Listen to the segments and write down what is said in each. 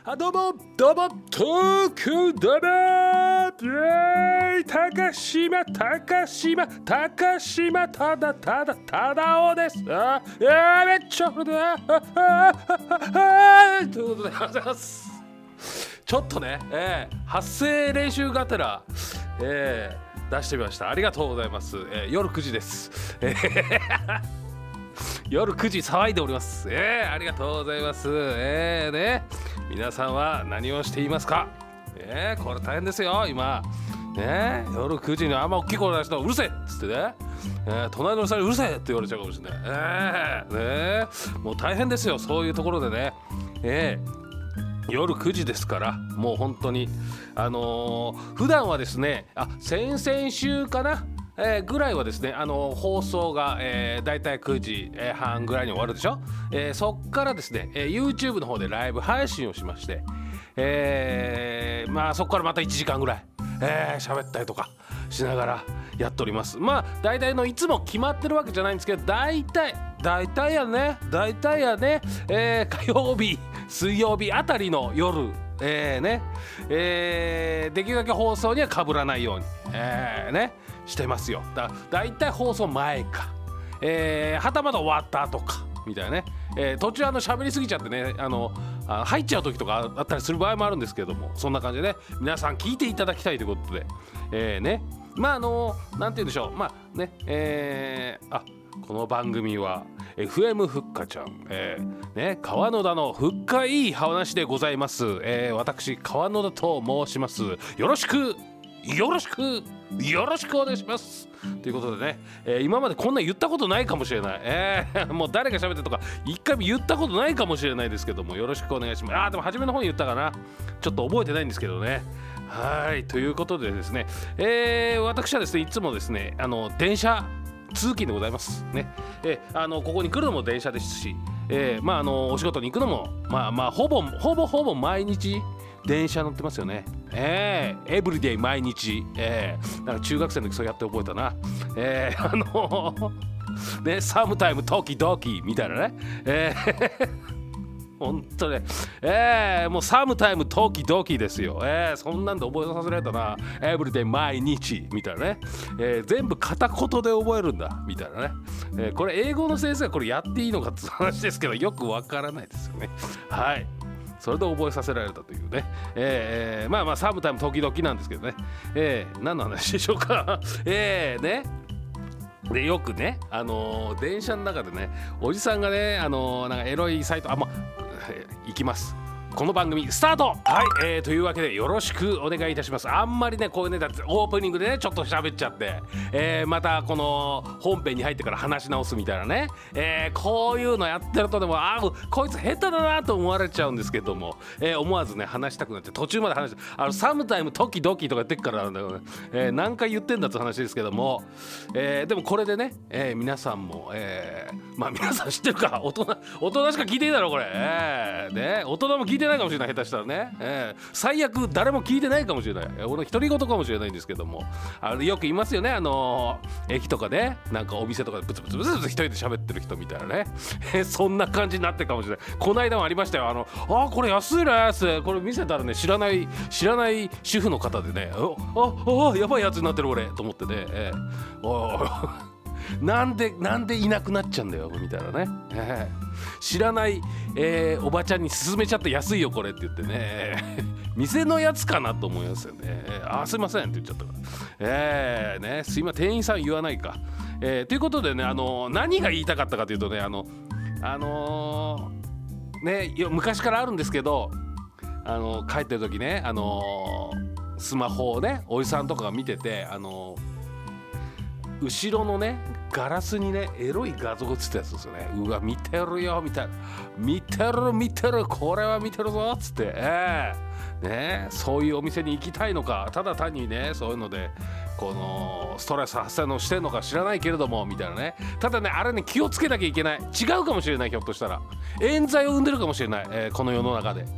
どうも東京だな高島ただおです。めっちゃ古いということでございます。ちょっとね、発声練習がてら、出してみました。ありがとうございます。夜9時です。夜9時騒いでおります。ありがとうございます。ね、皆さんは何をしていますか？これ大変ですよ今。夜9時にあんま大きい声出したらうるせえっつってね、隣の人にうるせえって言われちゃうかもしれない。もう大変ですよそういうところでね。夜9時ですからもう本当に普段はですね先々週かな、ぐらいはですね放送が、だいたい9時半ぐらいに終わるでしょ。そっからですね、YouTube の方でライブ配信をしまして、そこからまた1時間ぐらい喋ったりとかしながらやっております。だいたいいつも決まってるわけじゃないんですけどだいたいやね、火曜日水曜日あたりの夜できるだけ放送には被らないようにしてますよ。だいたい放送前か、はたまた終わった後かみたいなね。途中喋りすぎちゃってね入っちゃう時とかあったりする場合もあるんですけども、そんな感じでね皆さん聞いていただきたいということで、なんて言うんでしょうこの番組は FM ふっかちゃん、川野田の深い話でございます。私川野田と申します。よろしくお願いしますということでね、今までこんな言ったことないかもしれない、もう誰が喋ってとか一回も言ったことないかもしれないですけども、よろしくお願いします。でも初めの方に言ったかな、ちょっと覚えてないんですけどね。はいということでですね、私はですねいつもですね電車通勤でございますね。ここに来るのも電車ですし、お仕事に行くのもほぼ毎日電車乗ってますよね。エブリデイ毎日、なんか中学生の時そうやって覚えたな。サムタイム時々みたいなね。本当ね、もうサムタイム時々ですよ。そんなんで覚えさせられたな。エブリデイ毎日みたいなね、全部片言で覚えるんだみたいなね。これ英語の先生はこれやっていいのかって話ですけどよくわからないですよね。はいそれで覚えさせられたというね、サムタイム時々なんですけどね、何の話でしょうか。でよくね電車の中でねおじさんがねなんかエロいサイト行きます。この番組スタート。というわけでよろしくお願いいたします。あんまりねこういうねだってオープニングでねちょっと喋っちゃって、またこの本編に入ってから話し直すみたいなね、こういうのやってるとでもこいつ下手だなと思われちゃうんですけども、思わずね話したくなって途中まで話してサムタイム時々とか言ってっからなんだよね、何回言ってんだって話ですけども、でもこれでね、皆さんも、皆さん知ってるか大人しか聞いていいだろこれ、大人も聞いてないかもしれない。下手したらね、最悪誰も聞いてないかもしれない。俺独り言かもしれないんですけどもよく言いますよね。駅とかでなんかお店とかでブツブツ一人で喋ってる人みたいなねそんな感じになってるかもしれない。この間もありましたよ。これ安いなこれ見せたらね知らない主婦の方でねやばいやつになってる俺と思ってね、なんでいなくなっちゃうんだよみたいなね、知らない、おばちゃんに勧めちゃって安いよこれって言ってね店のやつかなと思いますよね。すいませんって言っちゃったから、すいません店員さん言わないか、ということでね何が言いたかったかというとね昔からあるんですけど帰ってる時ねスマホをねおじさんとかが見てて後ろのねガラスにねエロい画像が映ったやつですよね。うわ見てるよみたいな見てるこれは見てるぞっつって、そういうお店に行きたいのかただ単にねそういうのでこのストレス発散のしてんのか知らないけれどもみたいなね。ただねあれね気をつけなきゃいけない。違うかもしれない。ひょっとしたら冤罪を生んでるかもしれない、この世の中で、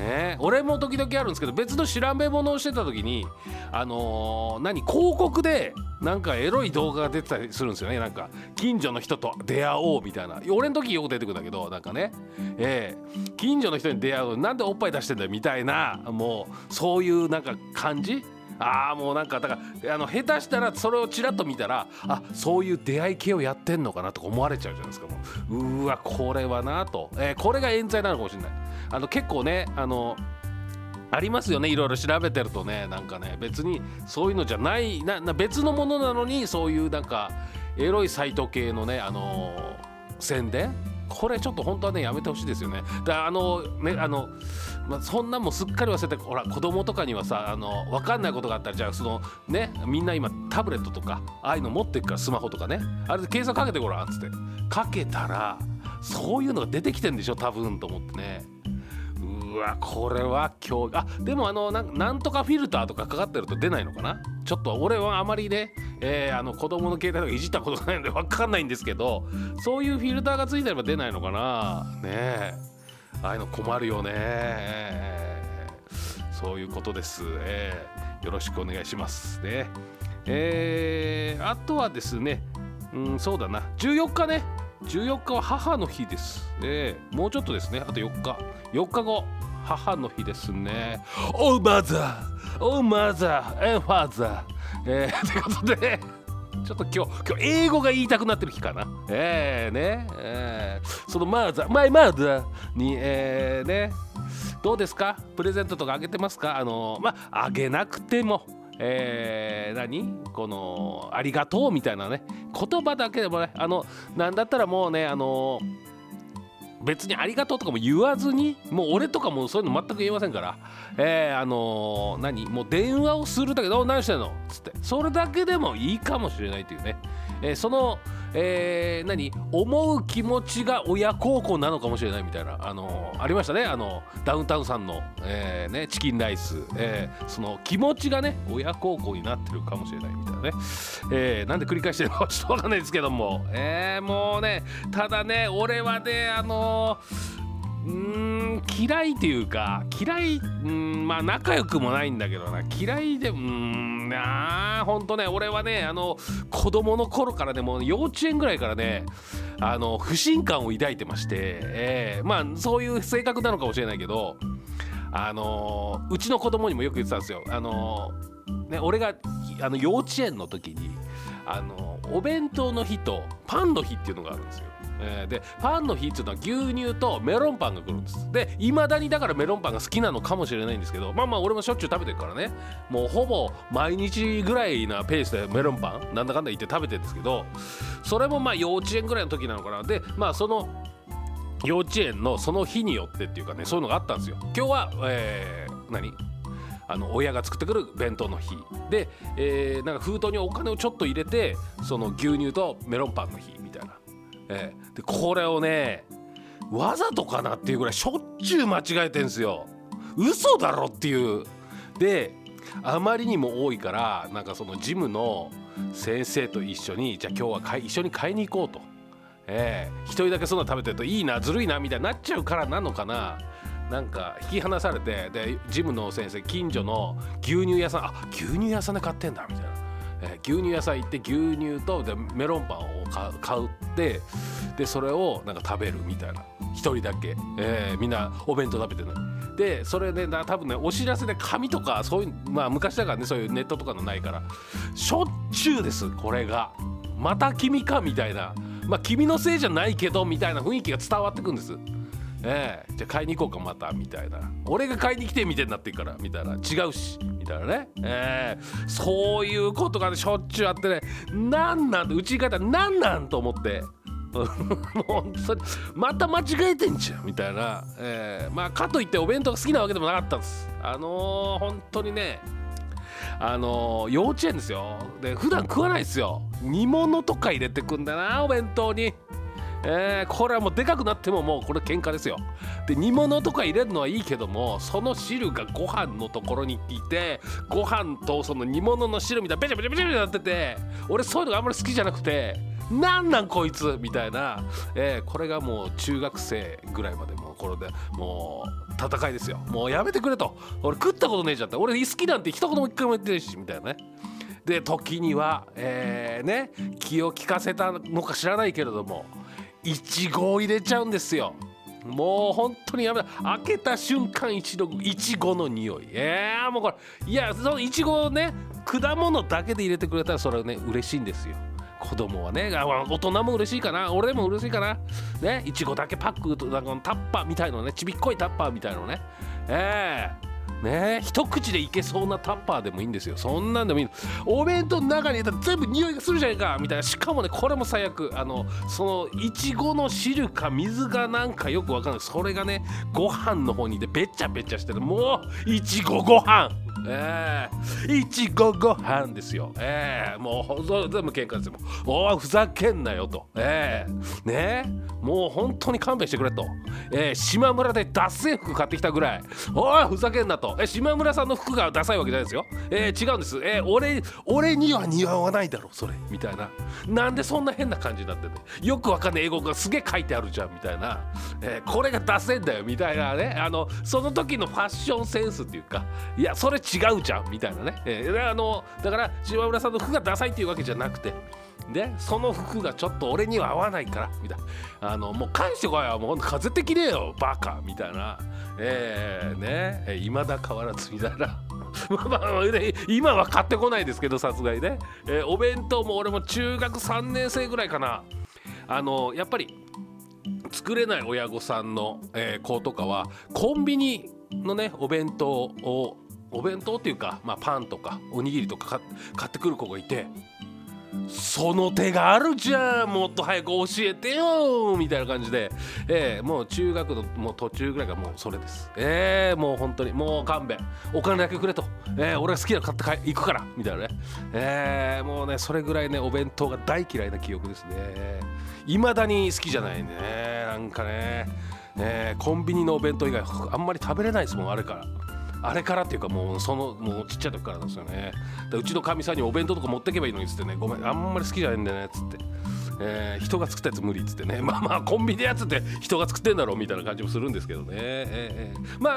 俺も時々あるんですけど、別の調べ物をしてた時に広告でなんかエロい動画が出てたりするんですよね。なんか近所の人と出会おうみたいな、俺の時よく出てくるんだけど、なんかね、近所の人に出会う、なんでおっぱい出してんだよみたいな、もうそういうなんか感じ。もうなんかだから下手したらそれをちらっと見たら、そういう出会い系をやってんのかなとか思われちゃうじゃないですか。もうわこれはなと、これが冤罪なのかもしれない。結構ねありますよね、いろいろ調べてるとね、なんかね別にそういうのじゃない別のものなのに、そういうなんかエロいサイト系のね宣伝、これちょっと本当はねやめてほしいですよね。だそんなんもすっかり忘れて、ほら子供とかにはさ分かんないことがあったら、じゃあみんな今タブレットとかああいうの持ってるから、スマホとかね、あれで検索かけてごらんっつってかけたら、そういうのが出てきてんでしょ多分と思ってね。うわこれは今日でもなんとかフィルターとかかかってると出ないのかな。ちょっと俺はあまりね、子供の携帯とかいじったことがないので分かんないんですけど、そういうフィルターがついてれば出ないのかなね。ああいうの困るよね、そういうことです、よろしくお願いしますね。あとはですね、そうだな、14日ね、14日は母の日です、もうちょっとですね、あと4日後母の日ですね。Oh mother, oh mother and father、ということでちょっと今日英語が言いたくなってる日かな。そのマイザに、どうですか、プレゼントとかあげてますか。あげなくてもこのありがとうみたいなね言葉だけでもね、なんだったらもうね別にありがとうとかも言わずに、もう俺とかもそういうの全く言えませんから、もう電話をするだけで何してんのつって、それだけでもいいかもしれないというね、思う気持ちが親孝行なのかもしれないみたいな、ありましたね、ダウンタウンさんの、チキンライス、その気持ちがね親孝行になってるかもしれないみたいなね、なんで繰り返してるのかちょっとわかんないですけども、もうねただね俺はね嫌いというか仲良くもないんだけどな、嫌いでほんとね俺はね子供の頃からね、もう幼稚園ぐらいからね不信感を抱いてまして、そういう性格なのかもしれないけど、うちの子供にもよく言ってたんですよ。俺が幼稚園の時にお弁当の日とパンの日っていうのがあるんですよ。でパンの日っていうのは牛乳とメロンパンが来るんです。で未だにだからメロンパンが好きなのかもしれないんですけど、俺もしょっちゅう食べてるからね、もうほぼ毎日ぐらいなペースでメロンパンなんだかんだ言って食べてるんですけど、それも幼稚園ぐらいの時なのかな。でその幼稚園のその日によってっていうかね、そういうのがあったんですよ。今日は、親が作ってくる弁当の日で、なんか封筒にお金をちょっと入れて、その牛乳とメロンパンの日みたいな、でこれをねわざとかなっていうぐらいしょっちゅう間違えてんすよ。嘘だろっていう。であまりにも多いから、なんかそのジムの先生と一緒に、じゃあ今日は一緒に買いに行こうと、一人だけそんな食べてるといいなずるいなみたいになっちゃうからなのかな。なんか引き離されて、でジムの先生近所の牛乳屋さん、牛乳屋さんで買ってんだみたいな、牛乳屋さん行って牛乳とでメロンパンを買うって、でそれをなんか食べるみたいな、一人だけ、みんなお弁当食べてるので、それで多分ねお知らせで紙とかそういう、昔だからねそういうネットとかのないからしょっちゅうです。これがまた君かみたいな、君のせいじゃないけどみたいな雰囲気が伝わってくるんです。じゃあ買いに行こうかまたみたいな、俺が買いに来てみてになってるからみたいな、違うしみたいなね、そういうことが、ね、しょっちゅうあってね、なんてうち方なんと思ってもう本当にまた間違えてんじゃんみたいな、かといってお弁当が好きなわけでもなかったんです。本当にね幼稚園ですよ。で普段食わないですよ。煮物とか入れてくんだなお弁当に。これはもうでかくなってももうこれ喧嘩ですよ。で煮物とか入れるのはいいけども、その汁がご飯のところにいて、ご飯とその煮物の汁みたいなベチャベチャベチャベチャなってて、俺そういうのがあんまり好きじゃなくて、なんこいつみたいな、これがもう中学生ぐらいまでもうこれでもう戦いですよ。もうやめてくれと、俺食ったことねえじゃんって、俺好きなんて一言も一回も言ってないしみたいなね。で時には、気を利かせたのか知らないけれどもいちごを入れちゃうんですよ。もう本当にやめた。開けた瞬間いちごの匂い。もうこれいや、そのいちごをね果物だけで入れてくれたらそれはね嬉しいんですよ。子供はね、大人も嬉しいかな、俺でも嬉しいかなね。いちごだけパックとなんかタッパーみたいのね、ちびっこいタッパーみたいのね、一口でいけそうなタッパーでもいいんですよ。そんなんでもいい。お弁当の中に入れたら全部匂いがするじゃないかみたいな。しかもねこれも最悪、そのいちごの汁か水がなんかよくわかんない、それがねご飯の方にでべちゃべちゃしてる。もういちごご飯、いちごご飯ですよ。もう全部喧嘩ですよ。おいふざけんなよと、もう本当に勘弁してくれと、島村でダッセン服買ってきたぐらいおいふざけんなと。島村さんの服がダサいわけじゃないですよ。違うんです。俺には似合わないだろそれみたいな。なんでそんな変な感じになってね、よくわかんない英語がすげえ書いてあるじゃんみたいな、これがダセんだよみたいなね。その時のファッションセンスっていうか、いやそれ違うじゃんみたいなね。だから島村さんの服がダサいっていうわけじゃなくて、でその服がちょっと俺には合わないからみたいな、もう返してこいよ、もう風的ねえよバカみたいな、未だ変わらずみたいな今は買ってこないですけどさすがにね、お弁当も俺も中学3年生ぐらいかな、やっぱり作れない親御さんの、子とかはコンビニのねお弁当っていうか、パンとかおにぎりとか買ってくる子がいて、その手があるじゃんもっと早く教えてよみたいな感じで、もう中学のもう途中ぐらいがもうそれです。もう本当にもう勘弁、お金だけくれと、俺が好きなの買って行くからみたいなね。もうねそれぐらいねお弁当が大嫌いな記憶ですね。未だに好きじゃないね、なんかね、コンビニのお弁当以外あんまり食べれないですもん、あれからっていうかもうちっちゃい時からなんですよね。うちのかみさんにお弁当とか持ってけばいいのにっつってね、ごめんあんまり好きじゃないんだよねっつって、人が作ったやつ無理っつってね、コンビニのやつって人が作ってんだろうみたいな感じもするんですけどね。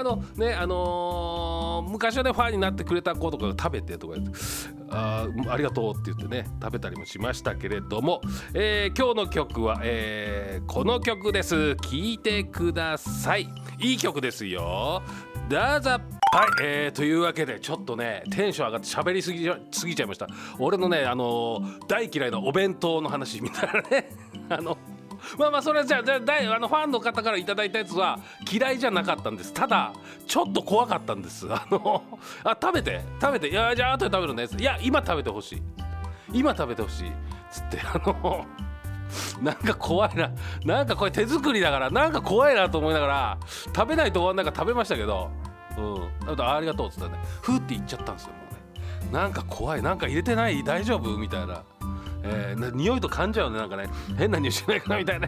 昔はねファンになってくれた子とかが食べてとか言ってありがとうって言ってね食べたりもしましたけれども、今日の曲は、この曲です。聴いてください。いい曲ですよ、どうぞ。はい、というわけでちょっとねテンション上がって喋りすぎちゃいました。俺のね大嫌いなお弁当の話みたいなねそれはじゃあファンの方からいただいたやつは嫌いじゃなかったんです。ただちょっと怖かったんです。食べていやじゃあ後で食べるね、いや今食べてほしいつってなんか怖いな、なんかこれ手作りだからなんか怖いなと思いながら食べないと終わんないから食べましたけど、ありがとうっつったらねふーって言っちゃったんですよ。もうねなんか怖い、なんか入れてない大丈夫みたいな、匂いと感じちゃうね、なんかね変な匂いしないかなみたいな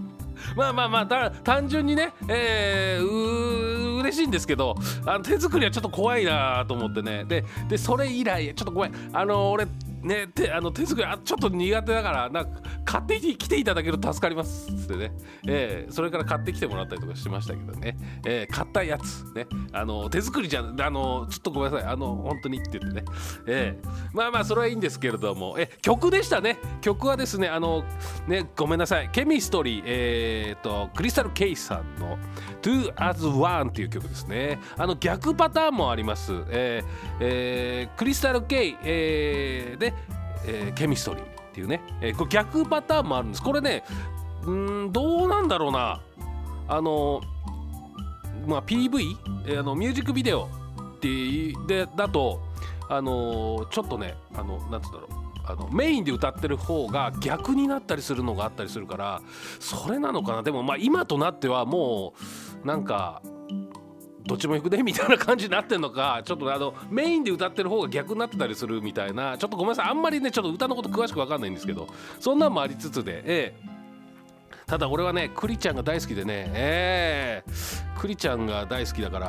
単純にね、嬉しいんですけど手作りはちょっと怖いなと思ってね。でそれ以来ちょっとごめん俺ね手作りちょっと苦手だからなんか買ってきていただけると助かりますっつってね、それから買ってきてもらったりとかしましたけどね、買ったやつね手作りじゃちょっとごめんなさい本当にって言ってね、それはいいんですけれども、曲でしたね。曲はですねごめんなさい、ケミストリークリスタル・ケイさんの Two as One っていう曲ですね。逆パターンもあります。クリスタル・ケイ、で、ケミストリーっていうね、これ逆パターンもあるんです。これねどうなんだろうな、PV、ミュージックビデオだとちょっとねなんつうんだろう、メインで歌ってる方が逆になったりするのがあったりするから、それなのかな。でも今となってはもうなんかどっちもよくねみたいな感じになってんのか、ちょっとメインで歌ってる方が逆になってたりするみたいな、ちょっとごめんなさいあんまりねちょっと歌のこと詳しく分かんないんですけど、そんなんもありつつで、ただ俺はねクリちゃんが大好きでね、 クリちゃんが大好きだから、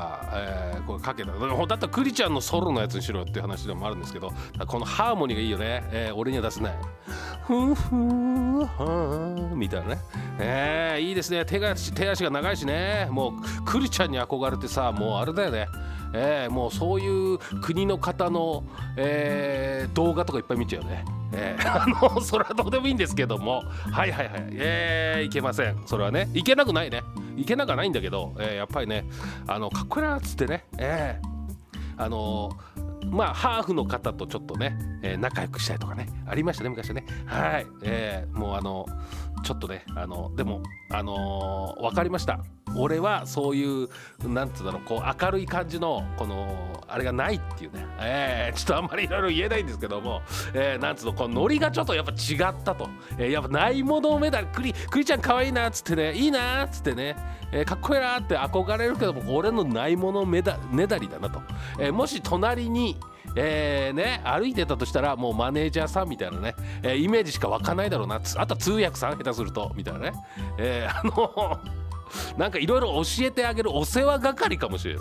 これかけた。だったらクリちゃんのソロのやつにしろよっていう話でもあるんですけど、このハーモニーがいいよね、俺には出せないふんふんはーみたいなね、いいですね。手足が長いしね。もうクリちゃんに憧れてさ、もうあれだよね、もうそういう国の方の、動画とかいっぱい見ちゃうね。それはどうでもいいんですけども、はいはいはい、いけません。それはね、いけなくないね。いけなくはないんだけど、やっぱりね、かっこいいなっつってね、まあハーフの方とちょっとね、仲良くしたりとかね、ありましたね昔ね。はい、もうちょっとね、でも分かりました。俺はそういうなんつうだろう、こう明るい感じのこのあれがないっていうね、ちょっとあんまりいろいろ言えないんですけども、なんつうの、このノリがちょっとやっぱ違ったと、やっぱないものメダル、クリちゃん可愛いなっつってね、いいなっつってね、かっこいいなって憧れるけども、俺のないものねだりだなと、もし隣に歩いてたとしたら、もうマネージャーさんみたいなね、イメージしか湧かないだろうな。あとは通訳さん下手するとみたいなね、なんかいろいろ教えてあげるお世話係かもしれない、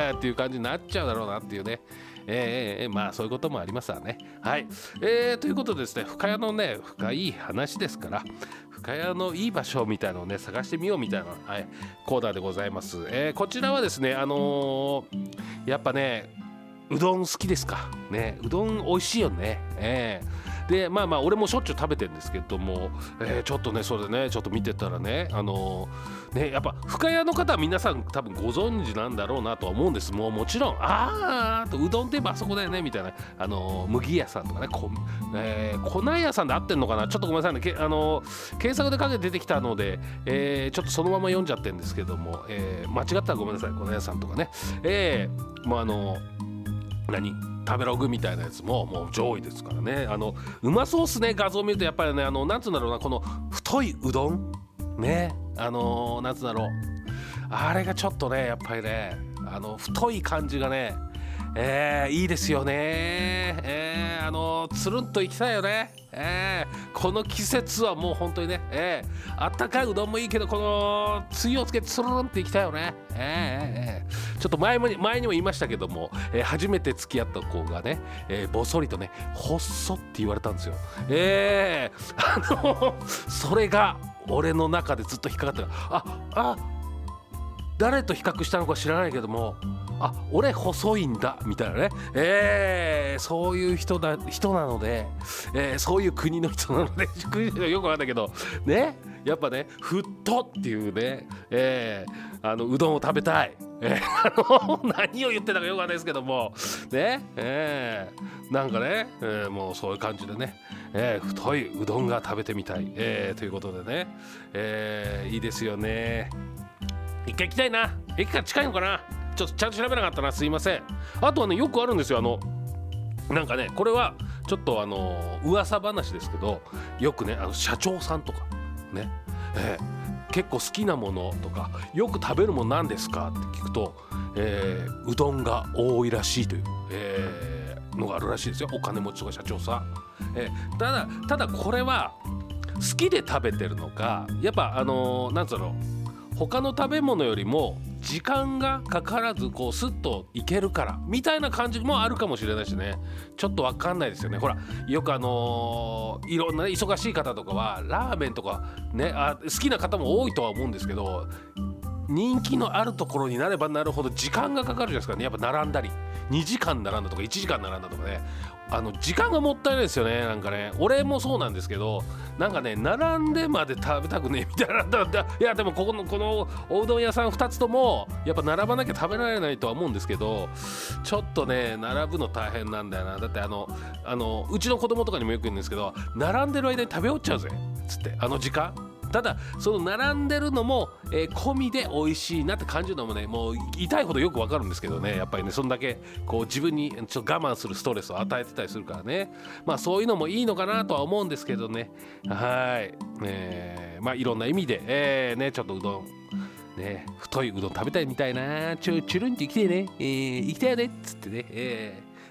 っていう感じになっちゃうだろうなっていうね。まあそういうこともありますわね。はい、ということでですね、深谷のね深い話ですから、深谷のいい場所みたいのをね探してみようみたいな、コーナーでございます。こちらはですね、やっぱね、うどん好きですかね。うどん美味しいよね。でまあ俺もしょっちゅう食べてるんですけども、ちょっとねそれでねちょっと見てたらね、やっぱ深谷の方は皆さん多分ご存知なんだろうなとは思うんです。もちろんとうどんといえばあそこだよねみたいな、麦屋さんとかね、粉屋さんで合ってんのかな、ちょっとごめんなさいね、検索でかけて出てきたので、ちょっとそのまま読んじゃってるんですけども、間違ったらごめんなさい。粉屋さんとかね、もう食べログみたいなやつももう上位ですからね。うまそうっすね。画像見るとやっぱりね、なんつうんだろうな、この太いうどんね、なんつうんだろう、あれがちょっとねやっぱりね、太い感じがね、いいですよね。つるんといきたいよね。この季節はもう本当にね、あったかいうどんもいいけど、このつゆをつけてつるんっていきたいよね。ちょっと前にも言いましたけども、初めて付き合った子がね、ぼそりとね細って言われたんですよ。それが俺の中でずっと引っかかってる。誰と比較したのか知らないけども、俺細いんだみたいなね、そういう人なので、そういう国の人なので国の人よくわかんないけどね、やっぱねふっとっていうね、うどんを食べたい、何を言ってたかよくわかんないですけどもね、なんかね、もうそういう感じでね、太いうどんが食べてみたい、ということでね、いいですよね。一回行きたいな。駅から近いのかな、ちょっとちゃんと調べなかったな、すいません。あとはねよくあるんですよ、なんかね、これはちょっと噂話ですけど、よくね社長さんとかね、結構好きなものとかよく食べるものなんですかって聞くと、うどんが多いらしいという、のがあるらしいですよ。お金持ちとか社長さん、ただこれは好きで食べてるのか、やっぱなんつうの、他の食べ物よりも時間がかからずこうスッといけるからみたいな感じもあるかもしれないしね。ちょっとわかんないですよね。ほらよくいろんな、ね、忙しい方とかはラーメンとかね、好きな方も多いとは思うんですけど、人気のあるところになればなるほど時間がかかるじゃないですかね。やっぱ並んだり2時間並んだとか1時間並んだとかね、時間がもったいないですよね。なんかね、俺もそうなんですけど、なんかね並んでまで食べたくねえみたいな。いやでもこのおうどん屋さん2つともやっぱ並ばなきゃ食べられないとは思うんですけど、ちょっとね並ぶの大変なんだよな。だってうちの子供とかにもよく言うんですけど、並んでる間に食べ終わっちゃうぜつって、時間。ただその並んでるのも、込みで美味しいなって感じるのもね、もう痛いほどよくわかるんですけどね。やっぱりねそんだけこう自分にちょっと我慢するストレスを与えてたりするからね、まあそういうのもいいのかなとは思うんですけどね。はい、まあいろんな意味で、ねちょっとうどんね、太いうどん食べたいみたいな、チュルンって行きたいね、行きたいよねっつってね、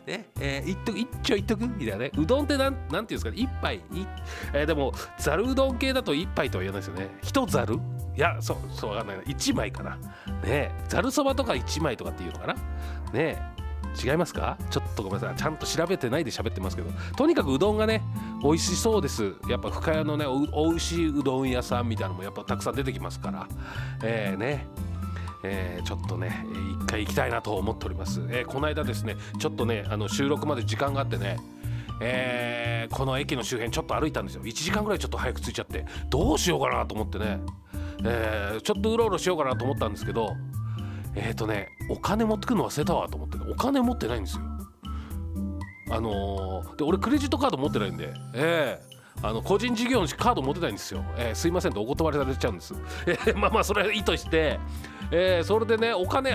ね、一徳みたいなね。うどんってなんていうんですかね、一杯でもざるうどん系だと一杯とは言わないですよね。一ざる、いやそうわかんないな、一枚かなね。ざるそばとか一枚とかっていうのかなね。違いますか？ちょっとごめんなさい、ちゃんと調べてないで喋ってますけど、とにかくうどんがね美味しそうです。やっぱ深谷のねおいしいうどん屋さんみたいなのもやっぱたくさん出てきますから、ちょっとね一回行きたいなと思っております。この間ですね、ちょっとね収録まで時間があってね、この駅の周辺ちょっと歩いたんですよ。1時間ぐらいちょっと早く着いちゃって、どうしようかなと思ってね、ちょっとうろうろしようかなと思ったんですけど、お金持ってくるの忘れたわと思って、ね、お金持ってないんですよ。で俺クレジットカード持ってないんで、個人事業主カード持ってないんですよ。すいませんとお断りされちゃうんです。まあそれはいいとして、それでねお金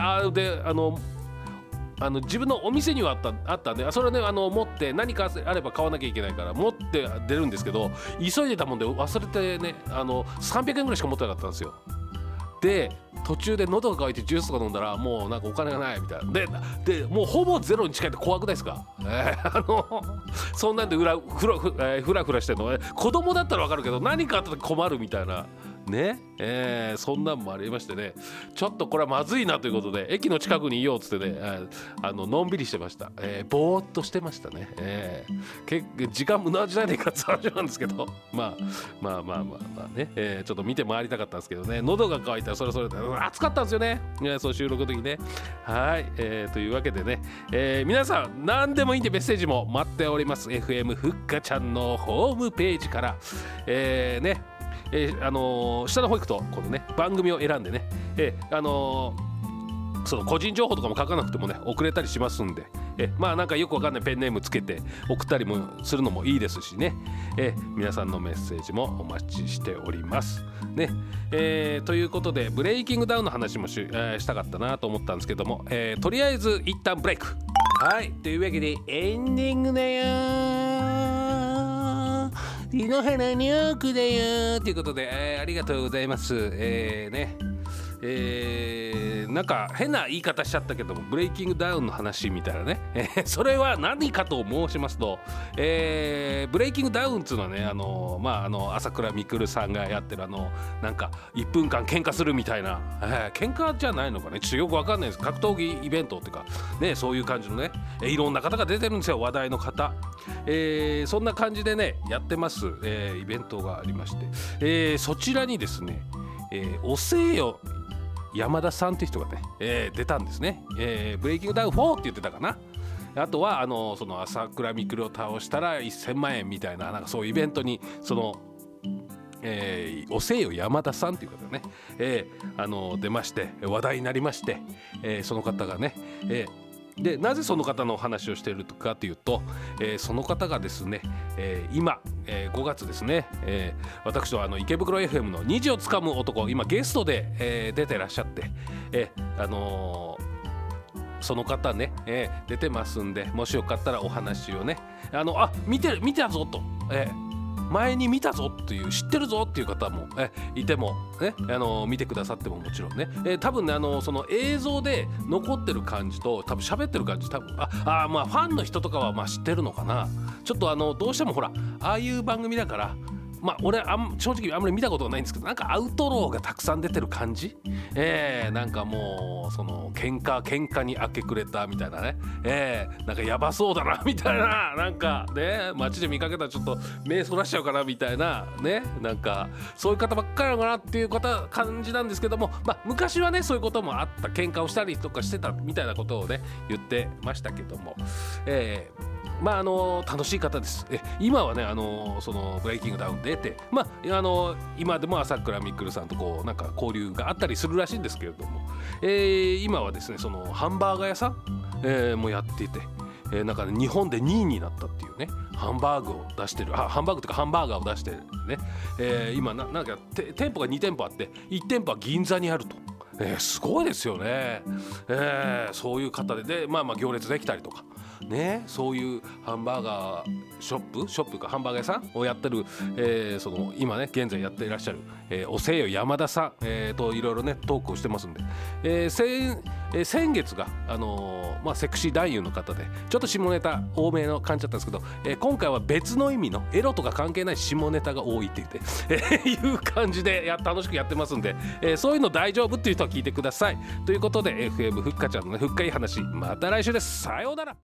自分のお店にはあったんで、それね持って何かあれば買わなきゃいけないから持って出るんですけど、急いでたもんで忘れてね300円ぐらいしか持ってなかったんですよ。で途中で喉が渇いてジュースとか飲んだらもうなんかお金がないみたいなでもうほぼゼロに近いって怖くないですか？そんなんでふらふらしてるの、子供だったらわかるけど何かあった時困るみたいなね、そんなんもありましてね、ちょっとこれはまずいなということで駅の近くにいようっつってね、のんびりしてました。ぼーっとしてましたね。結構時間無駄じゃないかって話なんですけど、まあね、ちょっと見て回りたかったんですけどね、喉が渇いたらそれで暑かったんですよね、そう収録の時ね。はい、というわけでね、皆さん何でもいいんでメッセージも待っております。 FM ふっかちゃんのホームページから、下の方行くとこのね番組を選んでね、その個人情報とかも書かなくてもね送れたりしますんで、なんかよくわかんないペンネームつけて送ったりもするのもいいですしね、皆さんのメッセージもお待ちしておりますね。ということでブレイキングダウンの話もしたかったなと思ったんですけども、とりあえず一旦ブレイク。はい、というわけでエンディングだよ井ノ原ニュークだよということで、ありがとうございます。なんか変な言い方しちゃったけどもブレイキングダウンの話みたいなね、それは何かと申しますと、ブレイキングダウンっていうのはね朝倉未来さんがやってるなんか1分間喧嘩するみたいな、喧嘩じゃないのかね、ちょっとよくわかんないです。格闘技イベントっていうかね、そういう感じのね、いろんな方が出てるんですよ、話題の方。そんな感じでねやってます、イベントがありまして、そちらにですね、おせよ山田さんって人がね、出たんですね。ブレイキングダウン4って言ってたかな。あとはその朝倉未来を倒したら1000万円みたいな、なんかそういうイベントにそのおせよ山田さんという方がね、出まして話題になりまして、その方がね、でなぜその方の話をしているかというと、その方がですね、今、5月ですね、私と池袋 FM の虹をつかむ男、今ゲストで、出てらっしゃって、その方ね、出てますんで、もしよかったらお話をね見たぞと、前に見たぞっていう知ってるぞっていう方もいても、ね、見てくださってももちろんね、多分ねその映像で残ってる感じと多分喋ってる感じ、多分ファンの人とかは知ってるのかな。ちょっとどうしてもほらああいう番組だから俺正直あんまり見たことがないんですけど、なんかアウトローがたくさん出てる感じ、なんかもうその喧嘩に明け暮れたみたいなね、なんかやばそうだなみたいな、なんかね街で見かけたらちょっと目そらしちゃうかなみたいなね、なんかそういう方ばっかりなのかなっていう感じなんですけども、昔はねそういうこともあった、喧嘩をしたりとかしてたみたいなことをね言ってましたけども、楽しい方です。今はねそのブレイキングダウン出て、今でも朝倉未来さんとこうなんか交流があったりするらしいんですけれども、今はですねそのハンバーガー屋さん、もやっていて、なんかね日本で2位になったっていうね、ハンバーグを出してる、ハンバーグというかハンバーガーを出してるね、今なんか店舗が2店舗あって1店舗は銀座にあると。すごいですよね。そういう方で行列できたりとかね、そういうハンバーガーショップかハンバーガー屋さんをやってる、その今ね現在やっていらっしゃる、おせよ山田さん、といろいろねトークをしてますんで、 先月がセクシー男優の方でちょっと下ネタ多めの感じだったんですけど、今回は別の意味のエロとか関係ない下ネタが多いって言って、いう感じで楽しくやってますんで、そういうの大丈夫っていう人は聞いてくださいということで、FM ふっかちゃんのね、ふっかいい話、また来週です。さようなら。